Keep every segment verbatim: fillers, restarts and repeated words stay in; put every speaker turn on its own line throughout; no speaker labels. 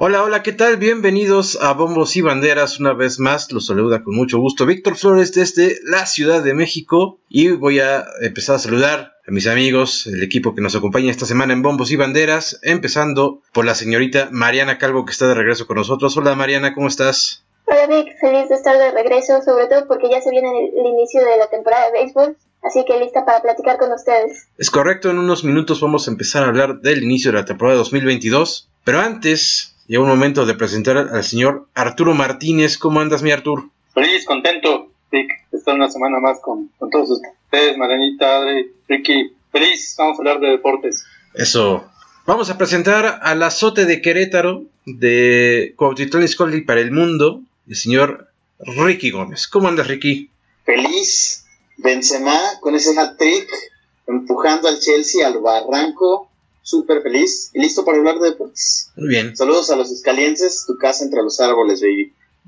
Hola, hola, ¿qué tal? Bienvenidos a Bombos y Banderas. Una vez más los saluda con mucho gusto Víctor Flores desde la Ciudad de México. Y voy a empezar a saludar a mis amigos, el equipo que nos acompaña esta semana en Bombos y Banderas, empezando por la señorita Mariana Calvo, que está de regreso con nosotros. Hola Mariana, ¿cómo estás?
Hola Vic, feliz de estar de regreso, sobre todo porque ya se viene el, el inicio de la temporada de béisbol, así que lista para platicar con ustedes.
Es correcto, en unos minutos vamos a empezar a hablar del inicio de la temporada dos mil veintidós, pero antes llega un momento de presentar al señor Arturo Martínez. ¿Cómo andas, mi Artur?
Feliz, contento, Vic, de estar una semana más con, con todos ustedes, Marianita, Adri, Ricky. Feliz, vamos a hablar de deportes.
Eso. Vamos a presentar al azote de Querétaro de Cuautitlán Izcalli para el mundo, el señor Ricky Gómez. ¿Cómo andas, Ricky?
Feliz, Benzema con ese hat-trick, empujando al Chelsea al barranco, súper feliz y listo para hablar de deportes.
Muy bien.
Saludos a los escalienses, tu casa entre los árboles, baby.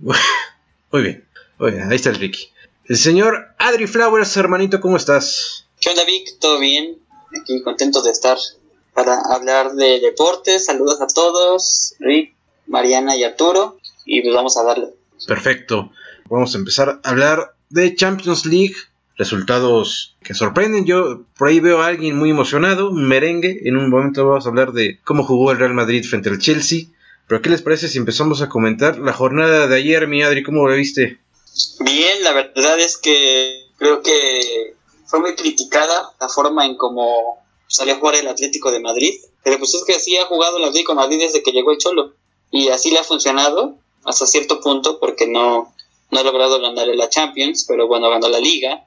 Muy bien, muy bien, ahí está el Ricky. El señor Adri Flowers, hermanito, ¿cómo estás?
¿Qué onda, Vic? ¿Todo bien? Aquí contento de estar para hablar de deportes. Saludos a todos, Rick, Mariana y Arturo, y pues vamos a darle.
Perfecto. Vamos a empezar a hablar de Champions League. Resultados que sorprenden. Yo por ahí veo a alguien muy emocionado, un merengue. En un momento vamos a hablar de cómo jugó el Real Madrid frente al Chelsea. Pero ¿qué les parece si empezamos a comentar la jornada de ayer, mi Adri? ¿Cómo la viste?
Bien, la verdad es que creo que fue muy criticada la forma en cómo salió a jugar el Atlético de Madrid. Pero pues es que así ha jugado el Atlético de Madrid desde que llegó el Cholo. Y así le ha funcionado hasta cierto punto, porque no, no ha logrado ganar la Champions, pero bueno, ganó la Liga.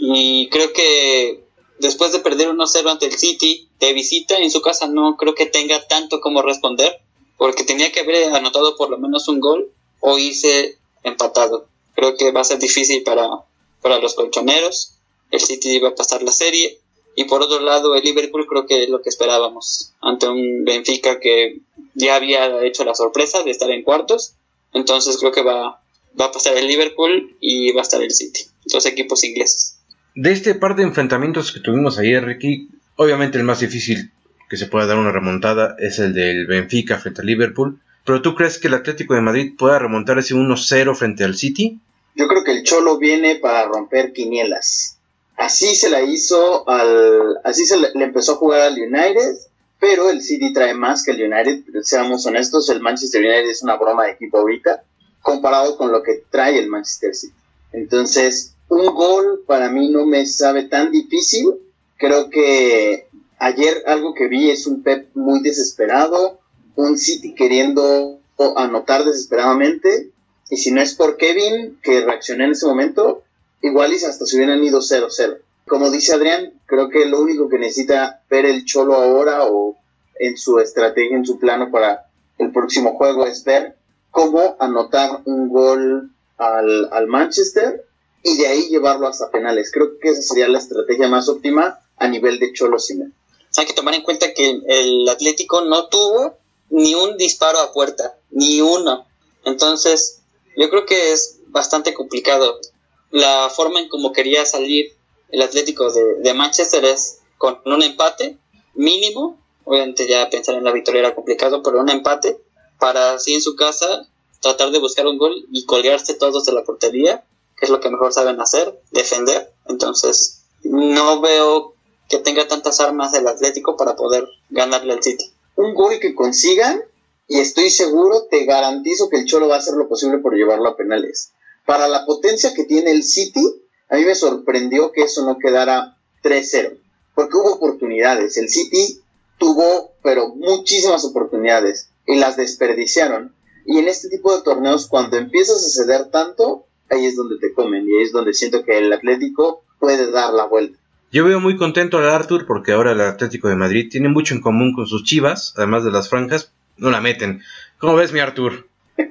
Y creo que después de perder uno cero ante el City de visita en su casa, no creo que tenga tanto como responder, porque tenía que haber anotado por lo menos un gol o irse empatado. Creo que va a ser difícil para, para los colchoneros. El City iba a pasar la serie. Y por otro lado, el Liverpool creo que es lo que esperábamos, ante un Benfica que ya había hecho la sorpresa de estar en cuartos. Entonces creo que va, va a pasar el Liverpool y va a estar el City, dos equipos ingleses.
De este par de enfrentamientos que tuvimos ayer, Ricky, obviamente el más difícil que se pueda dar una remontada es el del Benfica frente al Liverpool. ¿Pero tú crees que el Atlético de Madrid pueda remontar ese uno cero frente al City?
Yo creo que el Cholo viene para romper quinielas. Así se la hizo al, así se le, le empezó a jugar al United, pero el City trae más que el United. Seamos honestos, el Manchester United es una broma de equipo ahorita, comparado con lo que trae el Manchester City. Entonces, un gol para mí no me sabe tan difícil. Creo que ayer algo que vi es un Pep muy desesperado, un City queriendo anotar desesperadamente, y si no es por Kevin, que reaccioné en ese momento, igual y hasta se hubieran ido cero cero. Como dice Adrián, creo que lo único que necesita ver el Cholo ahora, o en su estrategia, en su plano para el próximo juego, es ver cómo anotar un gol al, al Manchester y de ahí llevarlo hasta penales. Creo que esa sería la estrategia más óptima a nivel de Cholo Simeone.
Hay que tomar en cuenta que el Atlético no tuvo ni un disparo a puerta, ni uno. Entonces, yo creo que es bastante complicado. La forma en cómo quería salir el Atlético de, de Manchester es con un empate mínimo. Obviamente ya pensar en la victoria era complicado, pero un empate para así en su casa tratar de buscar un gol y colgarse todos de la portería, que es lo que mejor saben hacer, defender. Entonces, no veo que tenga tantas armas el Atlético para poder ganarle al City.
Un gol que consigan, y estoy seguro, te garantizo que el Cholo va a hacer lo posible por llevarlo a penales. Para la potencia que tiene el City, a mí me sorprendió que eso no quedara tres cero, porque hubo oportunidades. El City tuvo, pero muchísimas oportunidades, y las desperdiciaron. Y en este tipo de torneos, cuando empiezas a ceder tanto, ahí es donde te comen, y ahí es donde siento que el Atlético puede dar la vuelta.
Yo veo muy contento al Arthur porque ahora el Atlético de Madrid tiene mucho en común con sus Chivas, además de las franjas, no la meten. ¿Cómo ves, mi Arthur?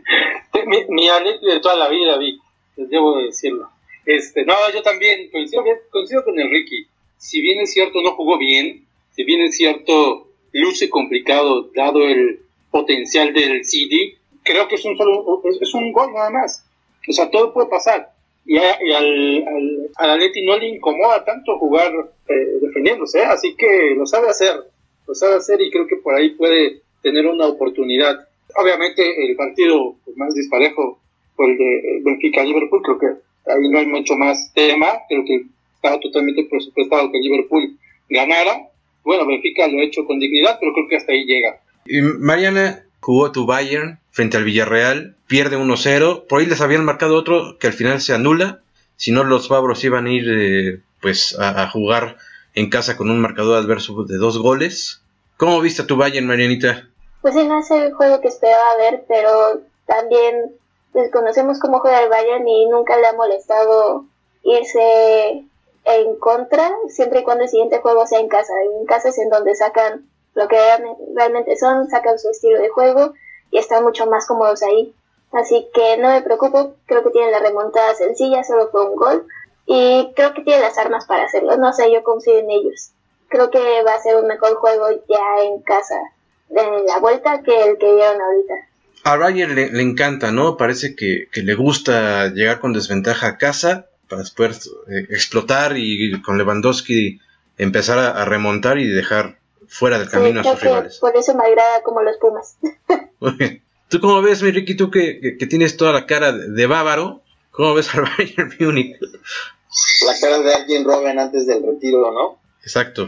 mi, mi Atlético de toda la vida, Vic, les debo de decirlo. Este, no, yo también coincido, coincido con el Ricky. Si bien es cierto, no jugó bien, si bien es cierto, luce complicado dado el potencial del City, creo que es un solo, es, es un gol nada más. O sea, todo puede pasar. Y, a, y al, al, al Atleti no le incomoda tanto jugar eh, defendiéndose, ¿eh? Así que lo sabe hacer, lo sabe hacer y creo que por ahí puede tener una oportunidad. Obviamente el partido más disparejo fue el de Benfica-Liverpool, creo que ahí no hay mucho más tema, creo que estaba totalmente presupuestado que Liverpool ganara. Bueno, Benfica lo ha hecho con dignidad, pero creo que hasta ahí llega.
Y Mariana, jugó tu Bayern frente al Villarreal, pierde uno cero, por ahí les habían marcado otro que al final se anula, si no los bávaros iban a ir eh, pues a, a jugar en casa con un marcador adverso de dos goles. ¿Cómo viste a tu Bayern, Marianita?
Pues sí, no es el juego que esperaba ver, pero también desconocemos cómo juega el Bayern y nunca le ha molestado irse en contra, siempre y cuando el siguiente juego sea en casa. Y en casa es en donde sacan lo que realmente son, sacan su estilo de juego y están mucho más cómodos ahí. Así que no me preocupo, creo que tienen la remontada sencilla, solo fue un gol, y creo que tienen las armas para hacerlo. No sé, yo confío en ellos. Creo que va a ser un mejor juego ya en casa, en la vuelta, que el que vieron ahorita.
A Bayern le, le encanta, ¿no? Parece que, que le gusta llegar con desventaja a casa para después eh, explotar y con Lewandowski empezar a, a remontar y dejar fuera del camino sí, a sus rivales.
Por eso me agrada como los Pumas.
¿Tú cómo ves, mi Ricky, tú que, que, que tienes toda la cara de, de bávaro? ¿Cómo ves al Bayern Múnich?
La cara de Arjen Robben antes del retiro, ¿no?
Exacto.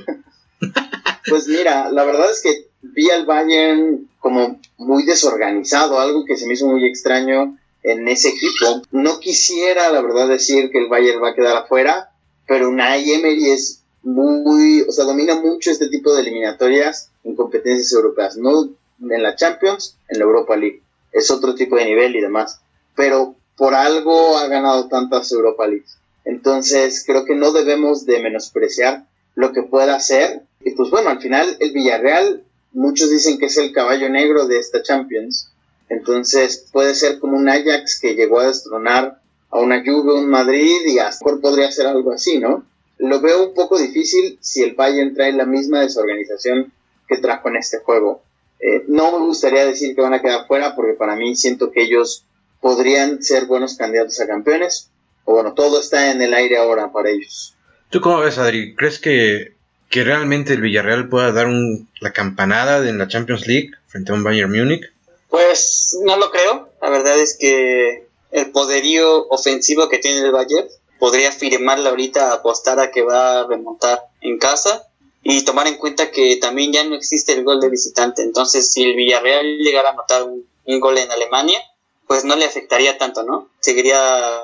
Pues mira, la verdad es que vi al Bayern como muy desorganizado, algo que se me hizo muy extraño en ese equipo. No quisiera, la verdad, decir que el Bayern va a quedar afuera, pero Unai Emery es muy, o sea, domina mucho este tipo de eliminatorias en competencias europeas, no en la Champions, en la Europa League. Es otro tipo de nivel y demás, pero por algo ha ganado tantas Europa Leagues. Entonces, creo que no debemos de menospreciar lo que pueda hacer. Y pues bueno, al final el Villarreal, muchos dicen que es el caballo negro de esta Champions. Entonces puede ser como un Ajax que llegó a destronar a una Juve, un Madrid, y hasta mejor podría ser algo así, ¿no? Lo veo un poco difícil si el Bayern trae la misma desorganización que trajo en este juego. Eh, no me gustaría decir que van a quedar fuera, porque para mí siento que ellos podrían ser buenos candidatos a campeones. O bueno, todo está en el aire ahora para ellos.
¿Tú cómo ves, Adri? ¿Crees que, que realmente el Villarreal pueda dar un, la campanada en la Champions League frente a un Bayern Múnich?
Pues no lo creo. La verdad es que el poderío ofensivo que tiene el Bayern podría firmarle ahorita, apostar a que va a remontar en casa y tomar en cuenta que también ya no existe el gol de visitante. Entonces, si el Villarreal llegara a anotar un, un gol en Alemania, pues no le afectaría tanto, ¿no? Seguiría...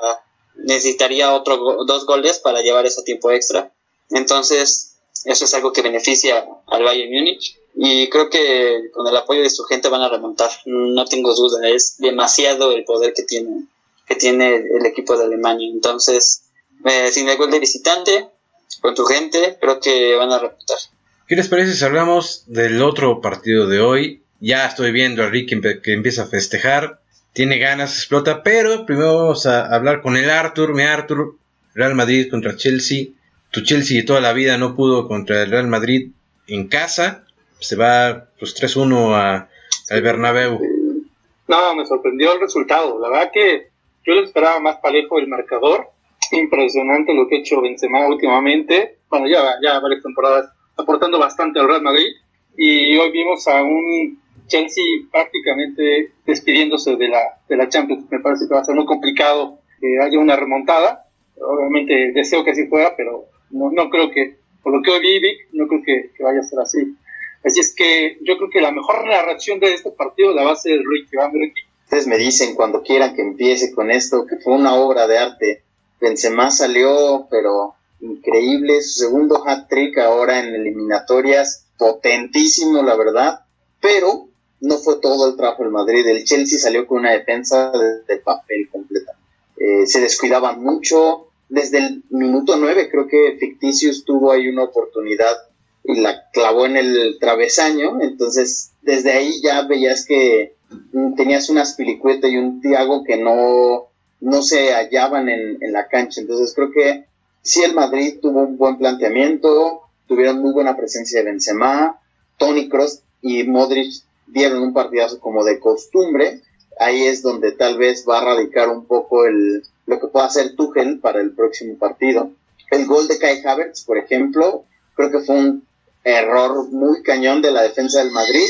necesitaría otro dos goles para llevar ese tiempo extra. Entonces eso es algo que beneficia al Bayern Múnich y creo que con el apoyo de su gente van a remontar, no tengo duda. Es demasiado el poder que tiene que tiene el equipo de Alemania. Entonces eh, sin el gol de visitante, con su gente, creo que van a remontar.
¿Qué les parece si hablamos del otro partido de hoy? Ya estoy viendo a Ricky que empieza a festejar, tiene ganas, explota, pero primero vamos a hablar con el Arthur. Mi Arthur, Real Madrid contra Chelsea. Tu Chelsea de toda la vida no pudo contra el Real Madrid en casa. Se va pues tres uno a, al Bernabéu.
No, me sorprendió el resultado. La verdad que yo lo esperaba más parejo el marcador. Impresionante lo que ha hecho Benzema últimamente. Bueno, ya, ya varias temporadas aportando bastante al Real Madrid. Y hoy vimos a un Chelsea prácticamente despidiéndose de la, de la Champions. Me parece que va a ser muy complicado que haya una remontada. Obviamente deseo que así fuera, pero no, no creo que, por lo que hoy vi, Vic, no creo que, que vaya a ser así. Así es que yo creo que la mejor narración de este partido la va a hacer Ricky. ¿Va, Ricky?
Ustedes me dicen cuando quieran que empiece con esto, que fue una obra de arte. Benzema salió, pero increíble, su segundo hat-trick ahora en eliminatorias, potentísimo la verdad, pero no fue todo el trabajo del Madrid. El Chelsea salió con una defensa de, de papel completa. Eh, se descuidaban mucho. Desde el minuto nueve creo que Ficticius tuvo ahí una oportunidad y la clavó en el travesaño. Entonces desde ahí ya veías que tenías un Azpilicueta y un Thiago que no, no se hallaban en, en la cancha. Entonces creo que sí, el Madrid tuvo un buen planteamiento, tuvieron muy buena presencia de Benzema, Toni Kroos y Modric dieron un partidazo como de costumbre. Ahí es donde tal vez va a radicar un poco el, lo que pueda hacer Tuchel para el próximo partido. El gol de Kai Havertz, por ejemplo, creo que fue un error muy cañón de la defensa del Madrid,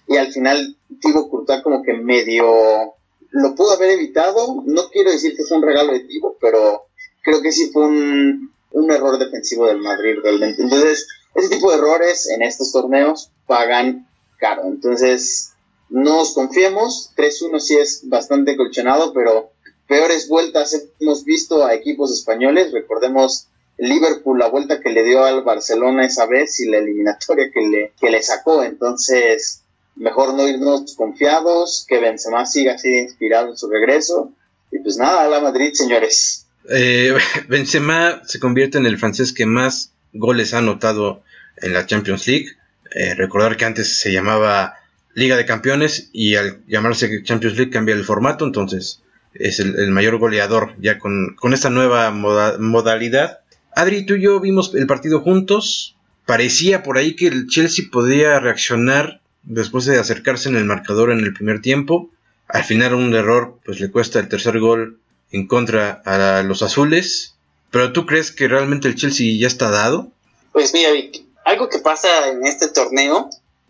y al final Thibaut Courtois como que medio lo pudo haber evitado. No quiero decir que fue un regalo de Thibaut, pero creo que sí fue un, un error defensivo del Madrid realmente. Entonces, ese tipo de errores en estos torneos pagan caro. Entonces, no nos confiemos. tres uno sí es bastante colchonado, pero peores vueltas hemos visto a equipos españoles. Recordemos el Liverpool, la vuelta que le dio al Barcelona esa vez y la eliminatoria que le, que le sacó. Entonces, mejor no irnos confiados, que Benzema siga así inspirado en su regreso. Y pues nada, a la Madrid, señores.
Eh, Benzema se convierte en el francés que más goles ha anotado en la Champions League. Eh, recordar que antes se llamaba Liga de Campeones y al llamarse Champions League cambia el formato, entonces es el, el mayor goleador ya con, con esta nueva moda, modalidad. Adri, tú y yo vimos el partido juntos. Parecía por ahí que el Chelsea podía reaccionar después de acercarse en el marcador en el primer tiempo. Al final un error pues le cuesta el tercer gol en contra a los azules. ¿Pero tú crees que realmente el Chelsea ya está dado?
Pues mira, Vic, algo que pasa en este torneo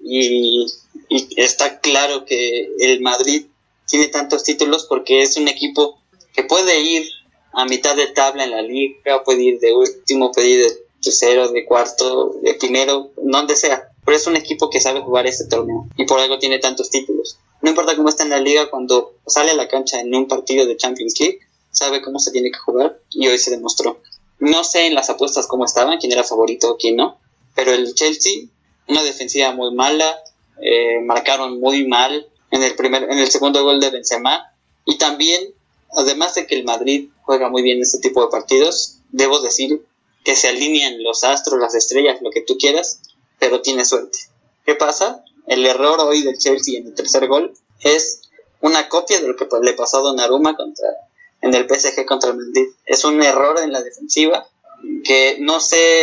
y, y está claro que el Madrid tiene tantos títulos porque es un equipo que puede ir a mitad de tabla en la liga, puede ir de último, puede ir de tercero, de cuarto, de primero, donde sea. Pero es un equipo que sabe jugar este torneo y por algo tiene tantos títulos. No importa cómo está en la liga, cuando sale a la cancha en un partido de Champions League, sabe cómo se tiene que jugar y hoy se demostró. No sé en las apuestas cómo estaban, quién era favorito o quién no, pero el Chelsea, una defensiva muy mala, eh, marcaron muy mal en el primer, en el segundo gol de Benzema, y también, además de que el Madrid juega muy bien este tipo de partidos, debo decir que se alinean los astros, las estrellas, lo que tú quieras, pero tiene suerte. ¿Qué pasa? El error hoy del Chelsea en el tercer gol es una copia de lo que le pasó a Donnarumma contra, en el P S G contra el Madrid. Es un error en la defensiva que no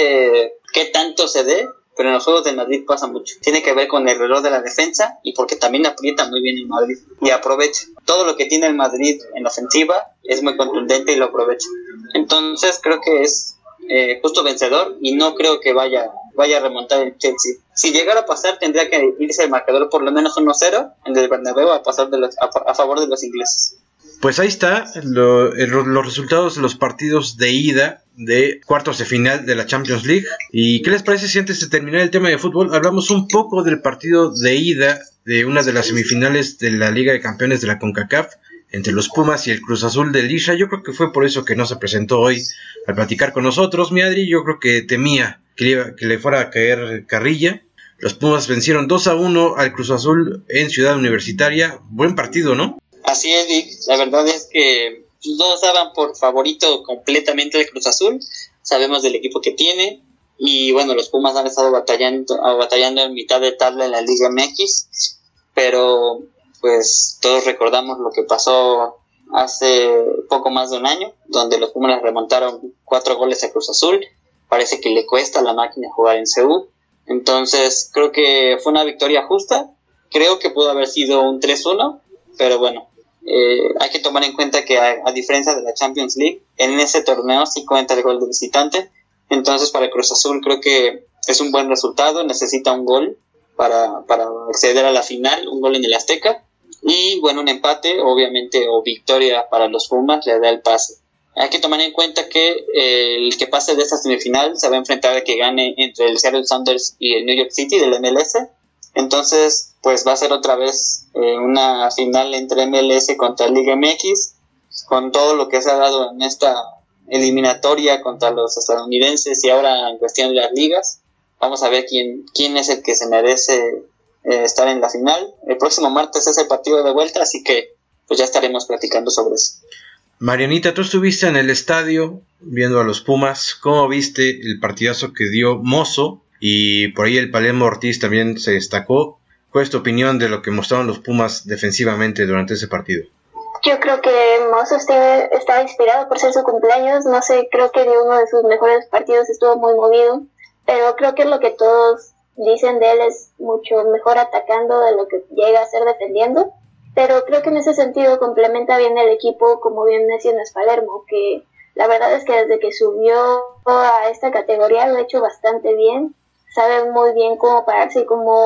sé qué tanto se dé, pero en los juegos de Madrid pasa mucho. Tiene que ver con el error de la defensa y porque también aprieta muy bien el Madrid y aprovecha. Todo lo que tiene el Madrid en la ofensiva es muy contundente y lo aprovecha. Entonces creo que es eh, justo vencedor y no creo que vaya, vaya a remontar el Chelsea. Si llegara a pasar tendría que irse el marcador por lo menos uno cero en el Bernabéu a, pasar de los, a, a favor de los ingleses.
Pues ahí está lo, el, los resultados de los partidos de ida de cuartos de final de la Champions League. ¿Y qué les parece si antes de terminar el tema de fútbol hablamos un poco del partido de ida de una de las semifinales de la Liga de Campeones de la CONCACAF entre los Pumas y el Cruz Azul del Isra? Yo creo que fue por eso que no se presentó hoy al platicar con nosotros, mi Adri. Yo creo que temía que le, que le fuera a caer carrilla. Los Pumas vencieron dos a uno al Cruz Azul en Ciudad Universitaria. Buen partido, ¿no?
Así es, Vic. La verdad es que todos daban por favorito completamente el Cruz Azul. Sabemos del equipo que tiene. Y bueno, los Pumas han estado batallando, batallando en mitad de tabla en la Liga M X. Pero pues todos recordamos lo que pasó hace poco más de un año, donde los Pumas remontaron cuatro goles a Cruz Azul. Parece que le cuesta a la máquina jugar en C U. Entonces creo que fue una victoria justa. Creo que pudo haber sido un tres uno. Pero bueno, Eh, hay que tomar en cuenta que a, a diferencia de la Champions League, en ese torneo sí cuenta el gol de visitante. Entonces para el Cruz Azul creo que es un buen resultado. Necesita un gol para, para acceder a la final, un gol en el Azteca, y bueno, un empate obviamente o victoria para los Pumas le da el pase. Hay que tomar en cuenta que eh, el que pase de esta semifinal se va a enfrentar al que gane entre el Seattle Sounders y el New York City del M L S. Entonces pues va a ser otra vez eh, una final entre M L S contra Liga M X, con todo lo que se ha dado en esta eliminatoria contra los estadounidenses y ahora en cuestión de las ligas. Vamos a ver quién, quién es el que se merece eh, estar en la final. El próximo martes es el partido de vuelta, así que pues ya estaremos platicando sobre eso.
Marianita, tú estuviste en el estadio viendo a los Pumas. ¿Cómo viste el partidazo que dio Mozo? Y por ahí el Palermo Ortiz también se destacó. ¿Cuál es tu opinión de lo que mostraron los Pumas defensivamente durante ese partido?
Yo creo que Mozo estaba inspirado por ser su cumpleaños. No sé, creo que de uno de sus mejores partidos estuvo muy movido. Pero creo que lo que todos dicen de él es mucho mejor atacando de lo que llega a ser defendiendo. Pero creo que en ese sentido complementa bien el equipo, como bien mencionas Palermo, que la verdad es que desde que subió a esta categoría lo ha hecho bastante bien. Sabe muy bien cómo pararse y cómo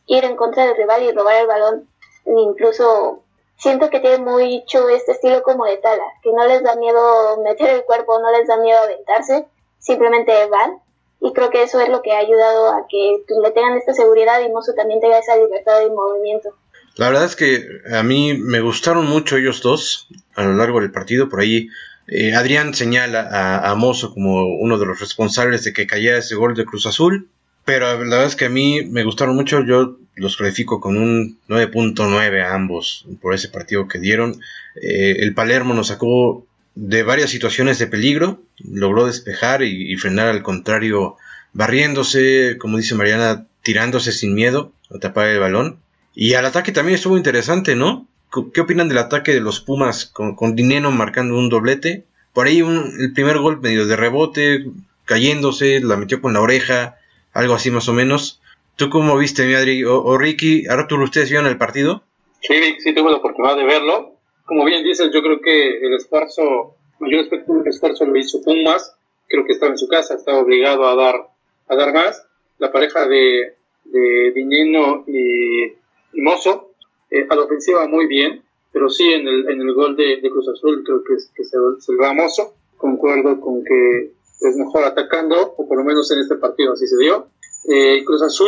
ir en contra del rival y robar el balón. Incluso siento que tiene mucho este estilo como de Tala, que no les da miedo meter el cuerpo, no les da miedo aventarse, simplemente van. Y creo que eso es lo que ha ayudado a que le tengan esta seguridad y Mozo también tenga esa libertad de movimiento.
La verdad es que a mí me gustaron mucho ellos dos a lo largo del partido. Por ahí eh, Adrián señala a, a Mozo como uno de los responsables de que cayera ese gol de Cruz Azul. Pero la verdad es que a mí me gustaron mucho. Yo los califico con un nueve punto nueve a ambos por ese partido que dieron. Eh, el Palermo nos sacó de varias situaciones de peligro, logró despejar y, y frenar al contrario, barriéndose, como dice Mariana, tirándose sin miedo a tapar el balón. Y al ataque también estuvo interesante, ¿no? ¿Qué opinan del ataque de los Pumas con, con Dineno marcando un doblete? Por ahí un, el primer gol medio de rebote, cayéndose, la metió con la oreja, algo así más o menos. ¿Tú cómo viste, mi Adri? O, o Ricky, Arturo, ¿ustedes vieron el partido?
Sí, sí tuve la oportunidad de verlo. Como bien dices, yo creo que el esfuerzo, mayor esfuerzo lo hizo Pumas. Creo que estaba en su casa, estaba obligado a dar a dar más. La pareja de, de Dineno y, y Mozo, eh, a la ofensiva muy bien, pero sí en el, en el gol de, de Cruz Azul creo que, que se, se va a Mozo. Concuerdo con que es mejor atacando, o por lo menos en este partido así se dio. Eh, Cruz Azul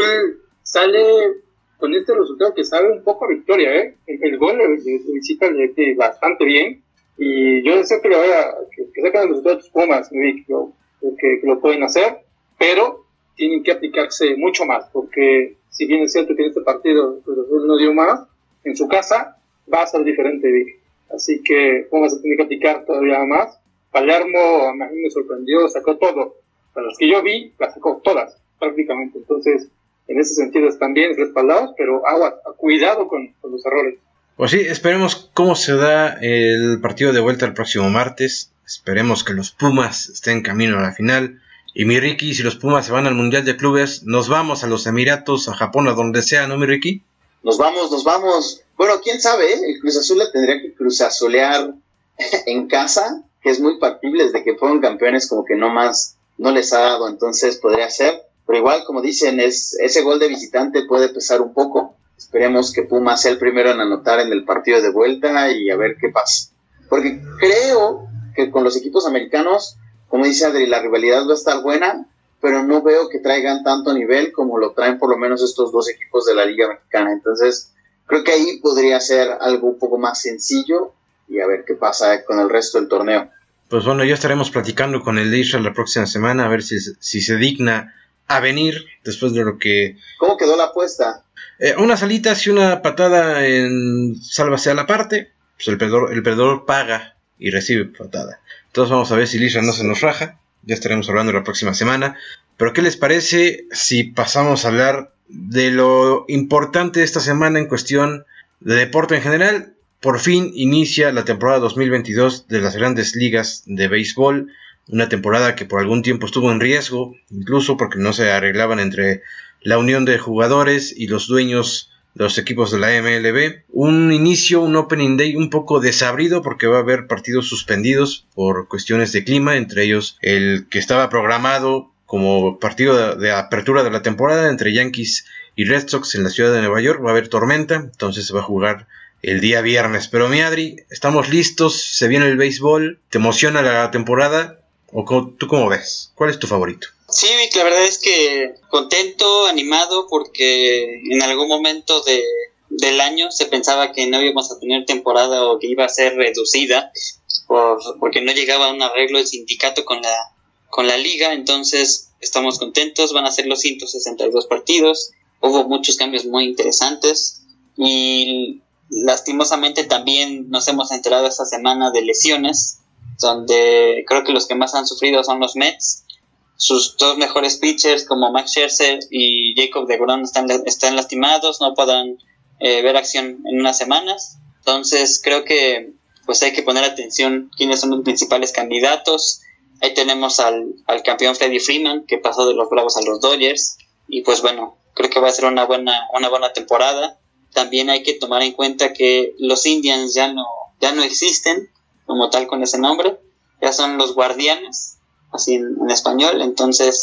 sale con este resultado que sabe un poco a victoria, ¿eh? El, el gol de, de, de visita le mete bastante bien, y yo deseo que le vaya, que, que saquen los resultados Pumas, que, que, que lo pueden hacer, pero tienen que aplicarse mucho más, porque si bien es cierto que en este partido Cruz Azul no dio más, en su casa va a ser diferente, Vic. Así que Pumas se tiene que aplicar todavía más. Palermo a mí me sorprendió, sacó todo. Para los que yo vi, las sacó todas, prácticamente. Entonces, en ese sentido están bien respaldados, pero agua, cuidado con, con los errores.
Pues sí, esperemos cómo se da el partido de vuelta el próximo martes. Esperemos que los Pumas estén en camino a la final. Y mi Ricky, si los Pumas se van al Mundial de Clubes, nos vamos a los Emiratos, a Japón, a donde sea, ¿no, mi Ricky?
Nos vamos, nos vamos. Bueno, quién sabe, ¿eh? El Cruz Azul la tendría que cruzazolear en casa, que es muy factible desde que fueron campeones, como que no más, no les ha dado, entonces podría ser. Pero igual, como dicen, es ese gol de visitante puede pesar un poco. Esperemos que Pumas sea el primero en anotar en el partido de vuelta y a ver qué pasa. Porque creo que con los equipos americanos, como dice Adri, la rivalidad va a estar buena, pero no veo que traigan tanto nivel como lo traen por lo menos estos dos equipos de la Liga Mexicana. Entonces, creo que ahí podría ser algo un poco más sencillo y a ver qué pasa con el resto del torneo.
Pues bueno, ya estaremos platicando con el de Israel la próxima semana, a ver si, si se digna a venir después de lo que...
¿Cómo quedó la apuesta?
Eh, unas alitas y una patada en sálvase a la parte, pues el perdedor, el perdedor paga y recibe patada. Entonces vamos a ver si Israel no se nos raja, ya estaremos hablando la próxima semana. Pero ¿qué les parece si pasamos a hablar de lo importante de esta semana en cuestión de deporte en general? Por fin inicia la temporada dos mil veintidós de las grandes ligas de béisbol, una temporada que por algún tiempo estuvo en riesgo, incluso porque no se arreglaban entre la unión de jugadores y los dueños de los equipos de la M L B. Un inicio, un opening day un poco desabrido porque va a haber partidos suspendidos por cuestiones de clima, entre ellos el que estaba programado como partido de, de apertura de la temporada entre Yankees y Red Sox en la ciudad de Nueva York. Va a haber tormenta, entonces se va a jugar el día viernes. Pero mi Adri, estamos listos, se viene el béisbol, ¿te emociona la temporada? ¿O cómo, tú cómo ves? ¿Cuál es tu favorito?
Sí, Vic, la verdad es que contento, animado, porque en algún momento de, del año se pensaba que no íbamos a tener temporada o que iba a ser reducida por, porque no llegaba a un arreglo el sindicato con la, con la liga. Entonces estamos contentos, van a ser los ciento sesenta y dos partidos, hubo muchos cambios muy interesantes y lastimosamente también nos hemos enterado esta semana de lesiones, donde creo que los que más han sufrido son los Mets. Sus dos mejores pitchers como Max Scherzer y Jacob deGrom están, están lastimados, no podrán eh, ver acción en unas semanas. Entonces creo que pues hay que poner atención quiénes son los principales candidatos. Ahí tenemos al, al campeón Freddie Freeman, que pasó de los Bravos a los Dodgers, y pues bueno, creo que va a ser una buena, una buena temporada. También hay que tomar en cuenta que los Indians ya no, ya no existen como tal con ese nombre, ya son los Guardianes, así en, en español. Entonces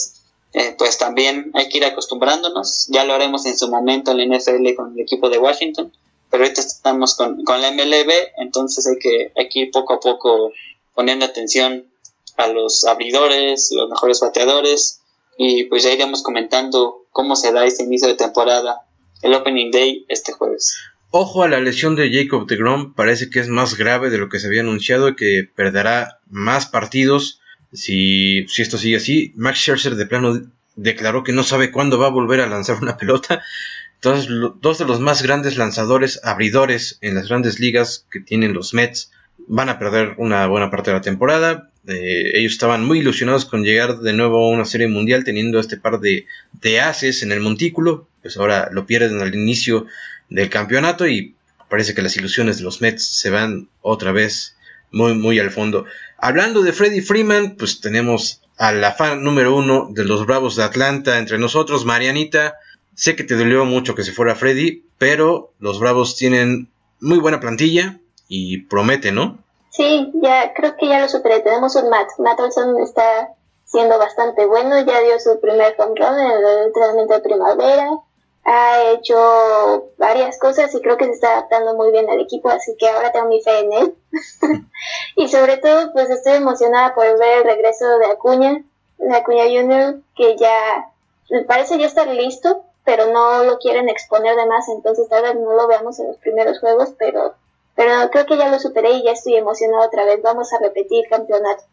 eh, pues también hay que ir acostumbrándonos. Ya lo haremos en su momento en la N F L con el equipo de Washington, pero ahorita estamos con, con la M L B, entonces hay que, hay que ir poco a poco poniendo atención a los abridores, los mejores bateadores, y pues ya iremos comentando cómo se da este inicio de temporada, el Opening Day este jueves.
Ojo a la lesión de Jacob deGrom, parece que es más grave de lo que se había anunciado y que perderá más partidos si, si esto sigue así. Max Scherzer de plano declaró que no sabe cuándo va a volver a lanzar una pelota. Entonces, lo, dos de los más grandes lanzadores, abridores en las grandes ligas que tienen los Mets, van a perder una buena parte de la temporada. Eh, ellos estaban muy ilusionados con llegar de nuevo a una serie mundial teniendo este par de, de ases en el montículo. Pues ahora lo pierden al inicio del campeonato y parece que las ilusiones de los Mets se van otra vez muy muy al fondo. Hablando de Freddie Freeman, pues tenemos a la fan número uno de los Bravos de Atlanta entre nosotros, Marianita. Sé que te dolió mucho que se fuera Freddie, pero los Bravos tienen muy buena plantilla y promete, ¿no?
Sí, ya creo que ya lo superé. Tenemos un Matt. Matt Olson está siendo bastante bueno. Ya dio su primer home run en el entrenamiento de primavera. Ha hecho varias cosas y creo que se está adaptando muy bien al equipo, así que ahora tengo mi fe en él. Y sobre todo, pues estoy emocionada por ver el regreso de Acuña, de Acuña junior, que ya parece ya estar listo, pero no lo quieren exponer de más, entonces tal vez no lo veamos en los primeros juegos, pero pero creo que ya lo superé y ya estoy emocionada otra vez. Vamos a repetir campeonato.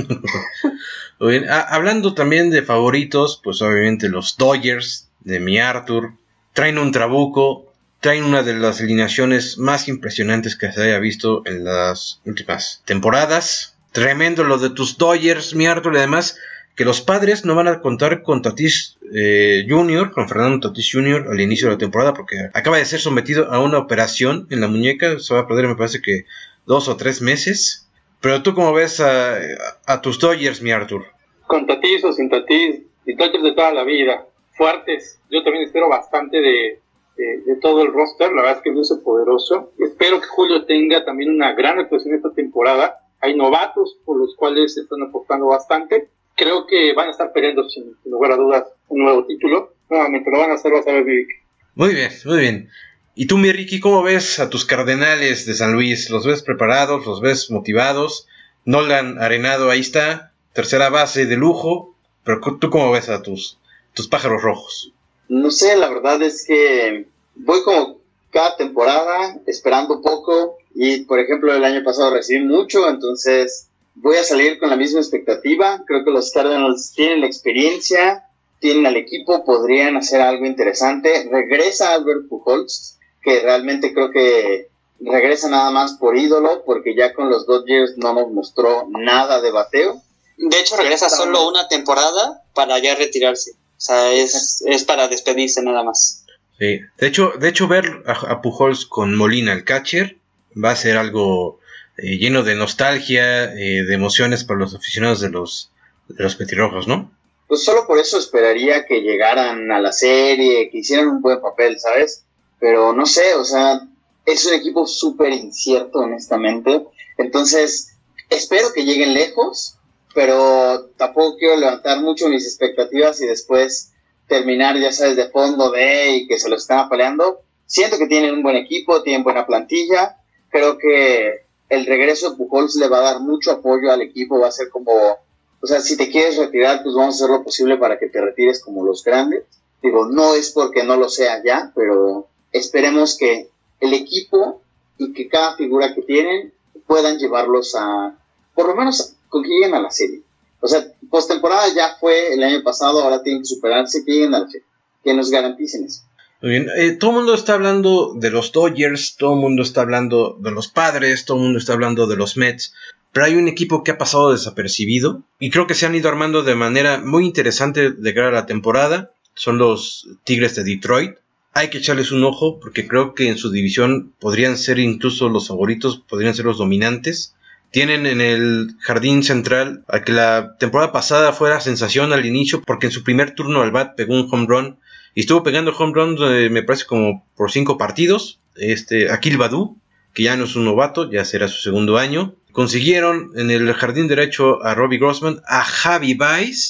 Muy bien. Ah, hablando también de favoritos, pues obviamente los Dodgers de mi Arthur traen un trabuco, traen una de las alineaciones más impresionantes que se haya visto en las últimas temporadas. Tremendo lo de tus Dodgers, mi Arthur, y además que los Padres no van a contar con Tatis eh, junior, con Fernando Tatis junior al inicio de la temporada, porque acaba de ser sometido a una operación en la muñeca. Se va a perder, me parece que dos o tres meses. Pero tú, ¿cómo ves a, a, a tus Dodgers, mi Arthur?
Con Tatis o sin Tatis, y Dodgers de toda la vida, fuertes. Yo también espero bastante de, de, de todo el roster. La verdad es que luce poderoso. Espero que Julio tenga también una gran actuación esta temporada. Hay novatos por los cuales se están apostando bastante. Creo que van a estar peleando sin, sin lugar a dudas un nuevo título. Nuevamente lo van a hacer, vas a ver, Vic.
Muy bien, muy bien. ¿Y tú, mi Ricky, cómo ves a tus Cardenales de San Luis? ¿Los ves preparados? ¿Los ves motivados? Nolan Arenado, ahí está, tercera base de lujo. Pero ¿tú cómo ves a tus, tus pájaros rojos?
No sé, la verdad es que voy como cada temporada esperando poco. Y, por ejemplo, el año pasado recibí mucho, entonces voy a salir con la misma expectativa. Creo que los Cardinals tienen la experiencia, tienen al equipo, podrían hacer algo interesante. Regresa Albert Pujols, que realmente creo que regresa nada más por ídolo, porque ya con los Dodgers no nos mostró nada de bateo.
De hecho, regresa solo una temporada para ya retirarse. O sea, es, es para despedirse nada más.
Sí. De hecho, de hecho ver a, a Pujols con Molina, el catcher, va a ser algo eh, lleno de nostalgia, eh, de emociones para los aficionados de los, de los petirrojos, ¿no?
Pues solo por eso esperaría que llegaran a la serie, que hicieran un buen papel, ¿sabes? Pero no sé, o sea, es un equipo súper incierto, honestamente. Entonces, espero que lleguen lejos, pero tampoco quiero levantar mucho mis expectativas y después terminar, ya sabes, de fondo de y que se lo están peleando. Siento que tienen un buen equipo, tienen buena plantilla. Creo que el regreso de Pujols le va a dar mucho apoyo al equipo. Va a ser como, o sea, si te quieres retirar, pues vamos a hacer lo posible para que te retires como los grandes. Digo, no es porque no lo sea ya, pero esperemos que el equipo y que cada figura que tienen puedan llevarlos a, por lo menos, con que lleguen a la serie. O sea, postemporada ya fue el año pasado, ahora tienen que superarse, que lleguen a la serie, que nos garanticen eso.
Muy bien, eh, todo el mundo está hablando de los Dodgers, todo el mundo está hablando de los Padres, todo el mundo está hablando de los Mets, pero hay un equipo que ha pasado desapercibido y creo que se han ido armando de manera muy interesante de cara a la temporada. Son los Tigres de Detroit. Hay que echarles un ojo porque creo que en su división podrían ser incluso los favoritos, podrían ser los dominantes. Tienen en el jardín central a que la temporada pasada fue la sensación al inicio porque en su primer turno al bat pegó un home run y estuvo pegando home runs eh, me parece como por cinco partidos. Este Akil Baddoo, que ya no es un novato, ya será su segundo año. Consiguieron en el jardín derecho a Robbie Grossman, a Javi Baez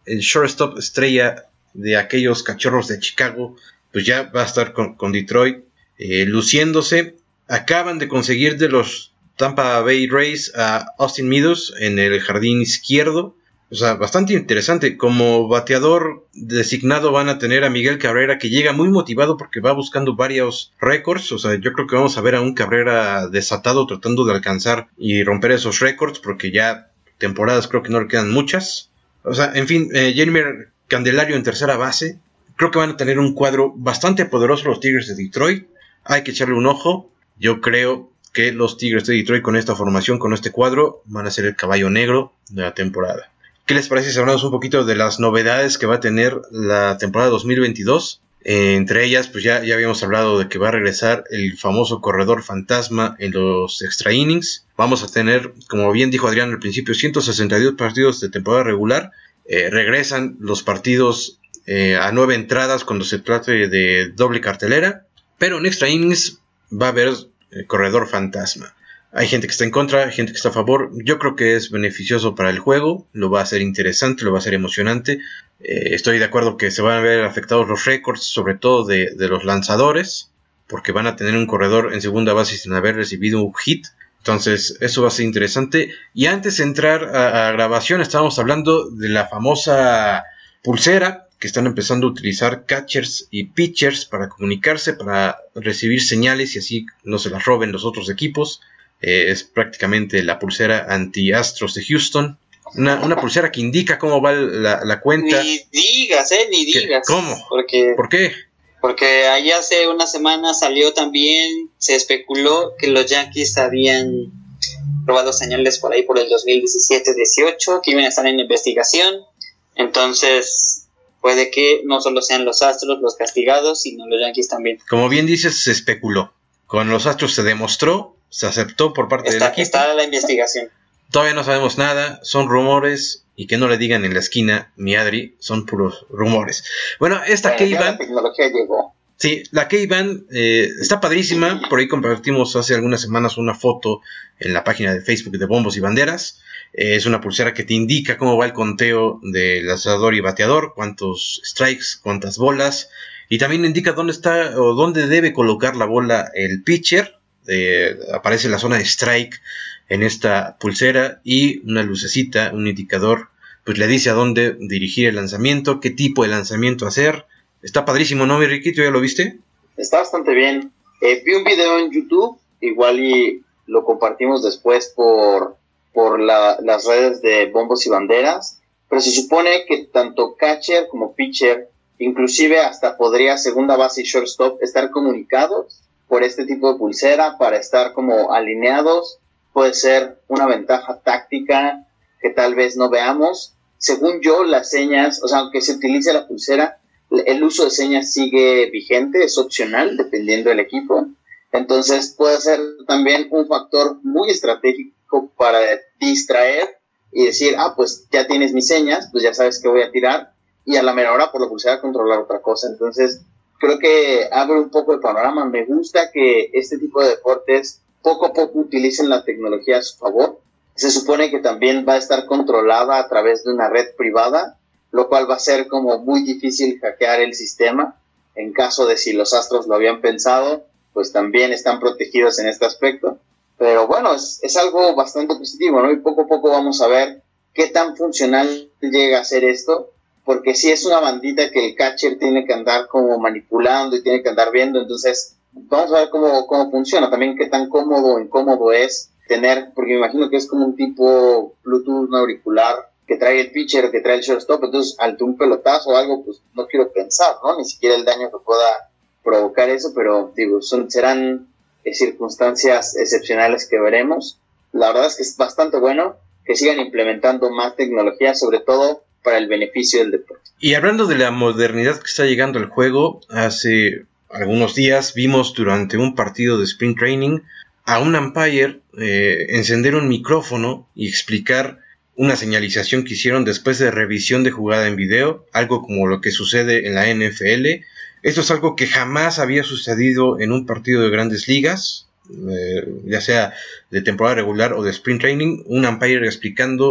el shortstop estrella de aquellos Cachorros de Chicago, pues ya va a estar con, con Detroit, eh, luciéndose. Acaban de conseguir de los Tampa Bay Rays a Austin Meadows en el jardín izquierdo. O sea, bastante interesante. Como bateador designado van a tener a Miguel Cabrera, que llega muy motivado porque va buscando varios récords. O sea, yo creo que vamos a ver a un Cabrera desatado tratando de alcanzar y romper esos récords, porque ya temporadas creo que no le quedan muchas. O sea, en fin, eh, Jeimer Candelario en tercera base. Creo que van a tener un cuadro bastante poderoso los Tigres de Detroit. Hay que echarle un ojo. Yo creo que los Tigres de Detroit con esta formación, con este cuadro, van a ser el caballo negro de la temporada. ¿Qué les parece si hablamos un poquito de las novedades que va a tener la temporada dos mil veintidós? Eh, entre ellas, pues ya, ya habíamos hablado de que va a regresar el famoso corredor fantasma en los extra innings. Vamos a tener, como bien dijo Adrián al principio, ciento sesenta y dos partidos de temporada regular. Eh, regresan los partidos eh, a nueve entradas cuando se trate de doble cartelera. Pero en extra innings va a haber eh, corredor fantasma. Hay gente que está en contra, hay gente que está a favor. Yo creo que es beneficioso para el juego, lo va a hacer interesante, lo va a hacer emocionante. Eh, estoy de acuerdo que se van a ver afectados los récords, sobre todo de, de los lanzadores, porque van a tener un corredor en segunda base sin haber recibido un hit. Entonces eso va a ser interesante. Y antes de entrar a, a grabación, estábamos hablando de la famosa pulsera que están empezando a utilizar catchers y pitchers para comunicarse, para recibir señales y así no se las roben los otros equipos. Eh, es prácticamente la pulsera anti-Astros de Houston. Una, una pulsera que indica cómo va la, la cuenta.
Ni digas, eh, ni digas.
¿Cómo?
Porque,
¿Por qué?
Porque ahí hace una semana salió también, se especuló que los Yankees habían robado señales por ahí por el dos mil diecisiete dieciocho, que iban a estar en investigación. Entonces, puede que no solo sean los Astros los castigados, sino los Yankees también.
Como bien dices, se especuló. Con los Astros se demostró, se aceptó por parte
está,
del equipo.
Está la investigación.
Todavía no sabemos nada, son rumores, y que no le digan en la esquina, mi Adri, son puros rumores. Bueno, esta
bueno,
K-Band...
La tecnología llegó.
Sí, la K-Band eh, está padrísima. Por ahí compartimos hace algunas semanas una foto en la página de Facebook de Bombos y Banderas. Eh, es una pulsera que te indica cómo va el conteo de lanzador y bateador, cuántos strikes, cuántas bolas. Y también indica dónde está o dónde debe colocar la bola el pitcher. Eh, aparece la zona de strike en esta pulsera y una lucecita, un indicador, pues le dice a dónde dirigir el lanzamiento, qué tipo de lanzamiento hacer. Está padrísimo, ¿no, mi Riquito? ¿Ya lo viste?
Está bastante bien. Eh, vi un video en YouTube, igual y lo compartimos después por, por la, las redes de Bombos y Banderas, pero se supone que tanto catcher como pitcher, inclusive hasta podría segunda base y shortstop, estar comunicados por este tipo de pulsera para estar como alineados. Puede ser una ventaja táctica que tal vez no veamos. Según yo, las señas, o sea, aunque se utilice la pulsera, el uso de señas sigue vigente, es opcional dependiendo del equipo. Entonces puede ser también un factor muy estratégico para distraer y decir, ah, pues ya tienes mis señas, pues ya sabes que voy a tirar, y a la mera hora por la pulsera controlar otra cosa. Entonces creo que abre un poco el panorama. Me gusta que este tipo de deportes poco a poco utilicen la tecnología a su favor. Se supone que también va a estar controlada a través de una red privada, lo cual va a ser como muy difícil hackear el sistema. En caso de si los Astros lo habían pensado, pues también están protegidos en este aspecto. Pero bueno, es, es algo bastante positivo, ¿no? Y poco a poco vamos a ver qué tan funcional llega a ser esto, porque si es una bandita que el catcher tiene que andar como manipulando y tiene que andar viendo. Entonces vamos a ver cómo, cómo funciona, también qué tan cómodo o incómodo es tener, porque me imagino que es como un tipo Bluetooth, un auricular que trae el pitcher, que trae el shortstop. Entonces ante un pelotazo o algo, pues no quiero pensar, ¿no? Ni siquiera el daño que pueda provocar eso, pero digo, son, serán eh, circunstancias excepcionales que veremos. La verdad es que es bastante bueno que sigan implementando más tecnología, sobre todo para el beneficio del deporte.
Y hablando de la modernidad que está llegando al juego, hace algunos días vimos durante un partido de Spring Training a un umpire eh, encender un micrófono y explicar una señalización que hicieron después de revisión de jugada en video, algo como lo que sucede en la N F L. Esto es algo que jamás había sucedido en un partido de Grandes Ligas, eh, ya sea de temporada regular o de Spring Training. Un umpire explicando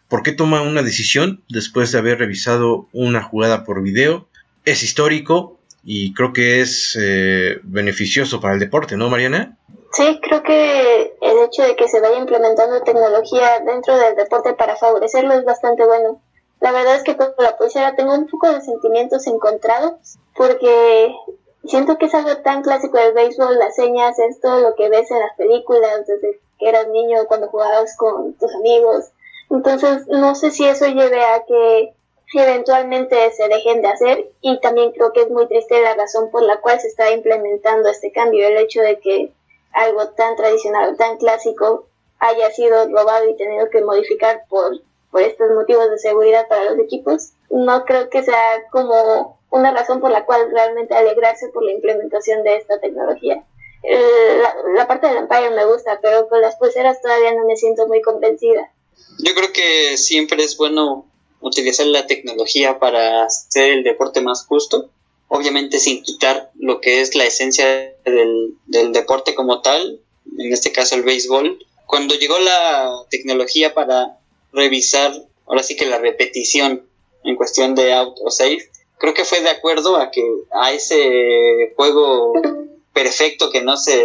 por qué toma una decisión después de haber revisado una jugada por video. Es histórico y creo que es eh, beneficioso para el deporte, ¿no, Mariana?
Sí, creo que el hecho de que se vaya implementando tecnología dentro del deporte para favorecerlo es bastante bueno. La verdad es que con la pulsera tengo un poco de sentimientos encontrados, porque siento que es algo tan clásico del béisbol, las señas, es todo lo que ves en las películas desde que eras niño, cuando jugabas con tus amigos. Entonces, no sé si eso lleve a que eventualmente se dejen de hacer, y también creo que es muy triste la razón por la cual se está implementando este cambio, el hecho de que algo tan tradicional, tan clásico, haya sido robado y tenido que modificar por, por estos motivos de seguridad para los equipos. No creo que sea como una razón por la cual realmente alegrarse por la implementación de esta tecnología. La, la parte del umpire me gusta, pero con las pulseras todavía no me siento muy convencida.
Yo creo que siempre es bueno utilizar la tecnología para hacer el deporte más justo, obviamente sin quitar lo que es la esencia del, del deporte como tal, en este caso el béisbol. Cuando llegó la tecnología para revisar, ahora sí que la repetición en cuestión de out o safe, creo que fue de acuerdo a que a ese juego perfecto que no se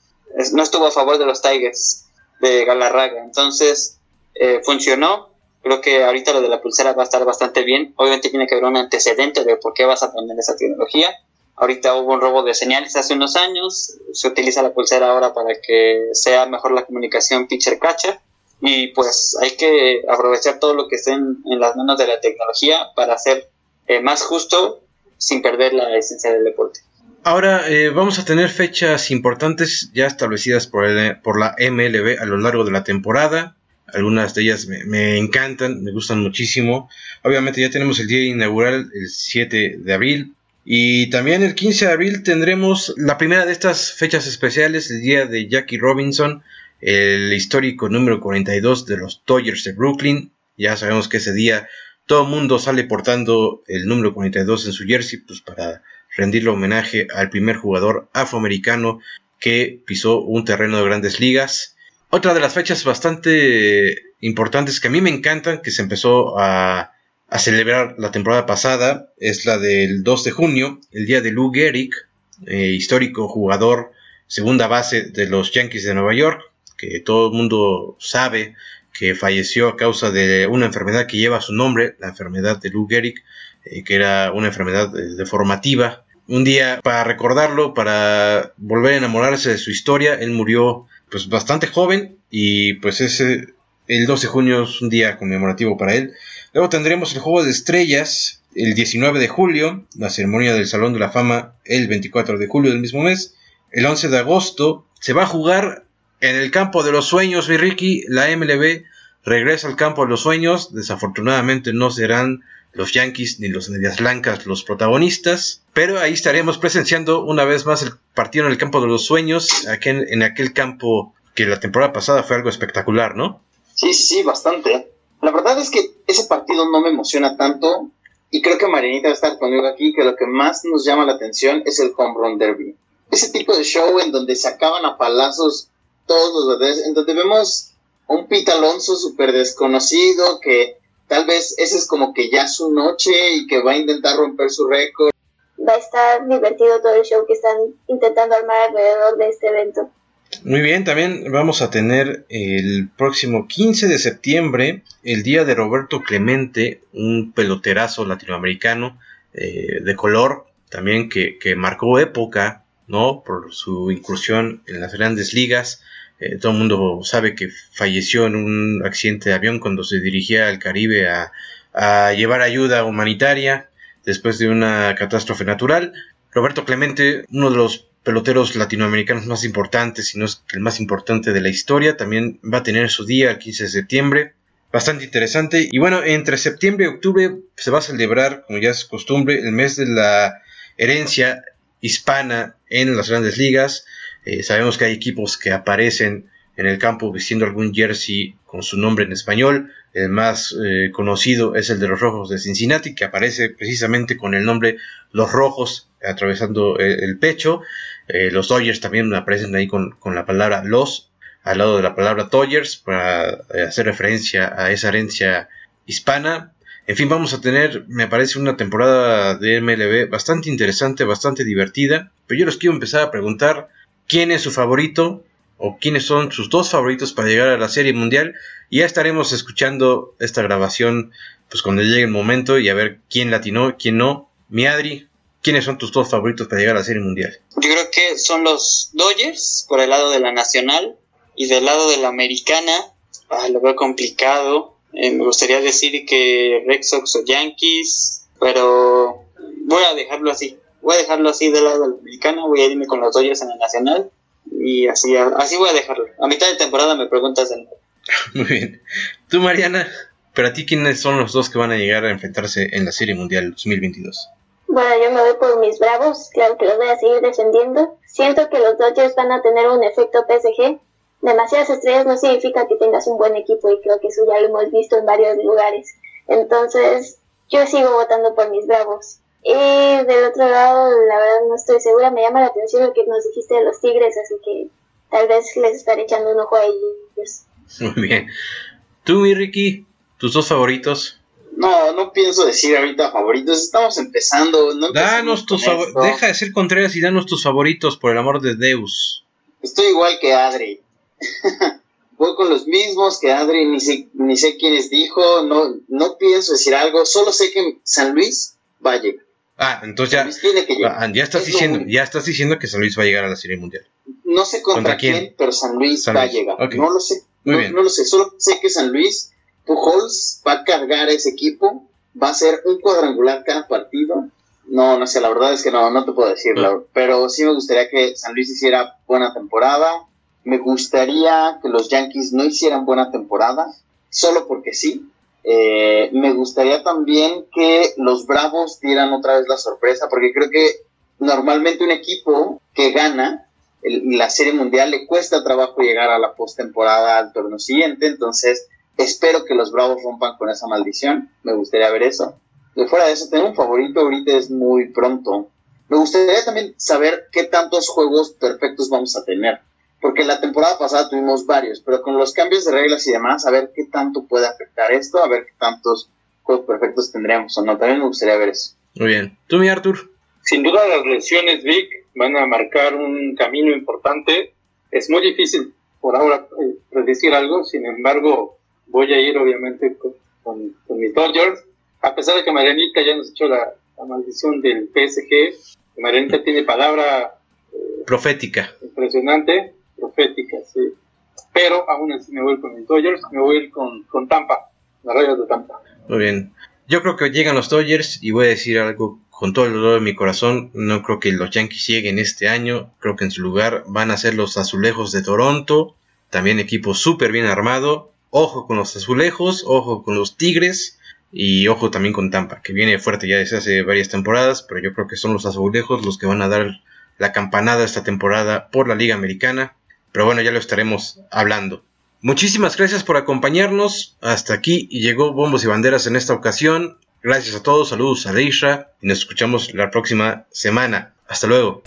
no estuvo a favor de los Tigers de Galarraga. Entonces eh, funcionó. Creo que ahorita lo de la pulsera va a estar bastante bien. Obviamente tiene que haber un antecedente de por qué vas a poner esa tecnología. Ahorita hubo un robo de señales hace unos años. Se utiliza la pulsera ahora para que sea mejor la comunicación pitcher-catcher. Y pues hay que aprovechar todo lo que esté en, en las manos de la tecnología para hacer eh, más justo sin perder la esencia del deporte.
Ahora eh, vamos a tener fechas importantes ya establecidas por, el, por la M L B a lo largo de la temporada. Algunas de ellas me, me encantan, me gustan muchísimo. Obviamente ya tenemos el día inaugural, el siete de abril. Y también el quince de abril tendremos la primera de estas fechas especiales, el día de Jackie Robinson, el histórico número cuarenta y dos de los Dodgers de Brooklyn. Ya sabemos que ese día todo el mundo sale portando el número cuarenta y dos en su jersey, pues para rendirle homenaje al primer jugador afroamericano que pisó un terreno de grandes ligas. Otra de las fechas bastante importantes que a mí me encantan, que se empezó a, a celebrar la temporada pasada, es la del dos de junio, el día de Lou Gehrig, eh, histórico jugador segunda base de los Yankees de Nueva York, que todo el mundo sabe que falleció a causa de una enfermedad que lleva su nombre, la enfermedad de Lou Gehrig, eh, que era una enfermedad eh, deformativa. Un día para recordarlo, para volver a enamorarse de su historia. Él murió pues bastante joven y pues ese, el dos de junio es un día conmemorativo para él. Luego tendremos el Juego de Estrellas el diecinueve de julio, la ceremonia del Salón de la Fama el veinticuatro de julio del mismo mes. El once de agosto se va a jugar en el Campo de los Sueños, mi Ricky. La M L B regresa al Campo de los Sueños. Desafortunadamente no serán los Yankees ni los Medias Blancas los protagonistas, pero ahí estaremos presenciando una vez más el partido en el Campo de los Sueños, aquel, en aquel campo que la temporada pasada fue algo espectacular, ¿no?
Sí, sí, sí, bastante. La verdad es que ese partido no me emociona tanto, y creo que Marianita va a estar conmigo aquí, que lo que más nos llama la atención es el Home Run Derby. Ese tipo de show en donde se acaban a palazos todos los bateadores, en donde vemos a un Pete Alonso súper desconocido, que tal vez ese es como que ya su noche y que va a intentar romper su récord.
Va a estar divertido todo el show que están intentando armar alrededor de este evento.
Muy bien, también vamos a tener el próximo quince de septiembre, el día de Roberto Clemente, un peloterazo latinoamericano eh, de color, también que, que marcó época, ¿no? Por su incursión en las grandes ligas. Eh, todo el mundo sabe que falleció en un accidente de avión cuando se dirigía al Caribe a, a llevar ayuda humanitaria después de una catástrofe natural. Roberto Clemente, uno de los peloteros latinoamericanos más importantes, si no es el más importante de la historia, también va a tener su día el quince de septiembre, bastante interesante. Y bueno, entre septiembre y octubre se va a celebrar, como ya es costumbre, el mes de la herencia hispana en las grandes ligas. Eh, sabemos que hay equipos que aparecen en el campo vistiendo algún jersey con su nombre en español. El más eh, conocido es el de los Rojos de Cincinnati, que aparece precisamente con el nombre Los Rojos atravesando el, el pecho. Eh, los Dodgers también aparecen ahí con, con la palabra Los al lado de la palabra Dodgers para hacer referencia a esa herencia hispana. En fin, vamos a tener, me parece, una temporada de M L B bastante interesante, bastante divertida. Pero yo les quiero empezar a preguntar quién es su favorito o quiénes son sus dos favoritos para llegar a la Serie Mundial. Y ya estaremos escuchando esta grabación pues cuando llegue el momento y a ver quién latinó, quién no. Mi Adri, ¿quiénes son tus dos favoritos para llegar a la Serie Mundial?
Yo creo que son los Dodgers por el lado de la nacional y del lado de la americana. Ah, lo veo complicado. Eh, me gustaría decir que Red Sox o Yankees, pero voy a dejarlo así. Voy a dejarlo así del lado de la americana. Voy a irme con los Dodgers en la nacional y así, así voy a dejarlo. A mitad de temporada me preguntas de nuevo.
Muy bien. Tú, Mariana, ¿para ti quiénes son los dos que van a llegar a enfrentarse en la Serie Mundial dos mil veintidós?
Bueno, yo me voy por mis Bravos, claro que los voy a seguir defendiendo. Siento que los Dodgers van a tener un efecto P S G. Demasiadas estrellas no significa que tengas un buen equipo y creo que eso ya lo hemos visto en varios lugares. Entonces, yo sigo votando por mis Bravos. Y del otro lado, la verdad no estoy segura, me llama la atención lo que nos dijiste de los Tigres, así que tal vez les estaré echando un ojo a ellos.
Muy bien. Tú, mi Ricky, tus dos favoritos.
No, no pienso decir ahorita favoritos, estamos empezando. No
danos tus favoritos. Deja de ser Contreras y danos tus favoritos, por el amor de Deus.
Estoy igual que Adri. Voy con los mismos que Adri, ni sé, ni sé quiénes dijo, no, no pienso decir algo, solo sé que San Luis va a llegar.
Ah, entonces ya,
tiene que llegar.
Ah, ya estás es diciendo, ya estás diciendo que San Luis va a llegar a la Serie Mundial.
No sé contra, ¿Contra quién? quién, pero San Luis San va Luis. a llegar. Okay. No lo sé. No, no lo sé, solo sé que San Luis, Pujols va a cargar a ese equipo, va a ser un cuadrangular cada partido. No, no sé, la verdad es que no, no te puedo decirlo, no. Pero sí me gustaría que San Luis hiciera buena temporada. Me gustaría que los Yankees no hicieran buena temporada, solo porque sí. Eh, me gustaría también que los Bravos dieran otra vez la sorpresa, porque creo que normalmente un equipo que gana el, la Serie Mundial le cuesta trabajo llegar a la postemporada al torneo siguiente, entonces espero que los Bravos rompan con esa maldición, me gustaría ver eso. De fuera de eso, tener un favorito ahorita es muy pronto. Me gustaría también saber qué tantos juegos perfectos vamos a tener, porque la temporada pasada tuvimos varios, pero con los cambios de reglas y demás, a ver qué tanto puede afectar esto, a ver qué tantos juegos perfectos tendremos o no. También me gustaría ver eso.
Muy bien. ¿Tú, mi Artur?
Sin duda las lesiones, Vic, van a marcar un camino importante. Es muy difícil por ahora eh, predecir algo, sin embargo, voy a ir obviamente con, con, con mis Dodgers, a pesar de que Marianita ya nos echó la, la maldición del P S G. Marianita tiene palabra
eh, profética.
Impresionante. Profética, sí. Pero aún así me voy con los Dodgers, me voy a ir con, con Tampa, las Rayas de Tampa.
Muy bien. Yo creo que llegan los Dodgers y voy a decir algo con todo el dolor de mi corazón. No creo que los Yankees lleguen este año. Creo que en su lugar van a ser los Azulejos de Toronto. También equipo súper bien armado. Ojo con los Azulejos, ojo con los Tigres y ojo también con Tampa, que viene fuerte ya desde hace varias temporadas, pero yo creo que son los Azulejos los que van a dar la campanada esta temporada por la Liga Americana. Pero bueno, ya lo estaremos hablando. Muchísimas gracias por acompañarnos. Hasta aquí y llegó Bombos y Banderas en esta ocasión. Gracias a todos, saludos a Deisha y nos escuchamos la próxima semana. Hasta luego.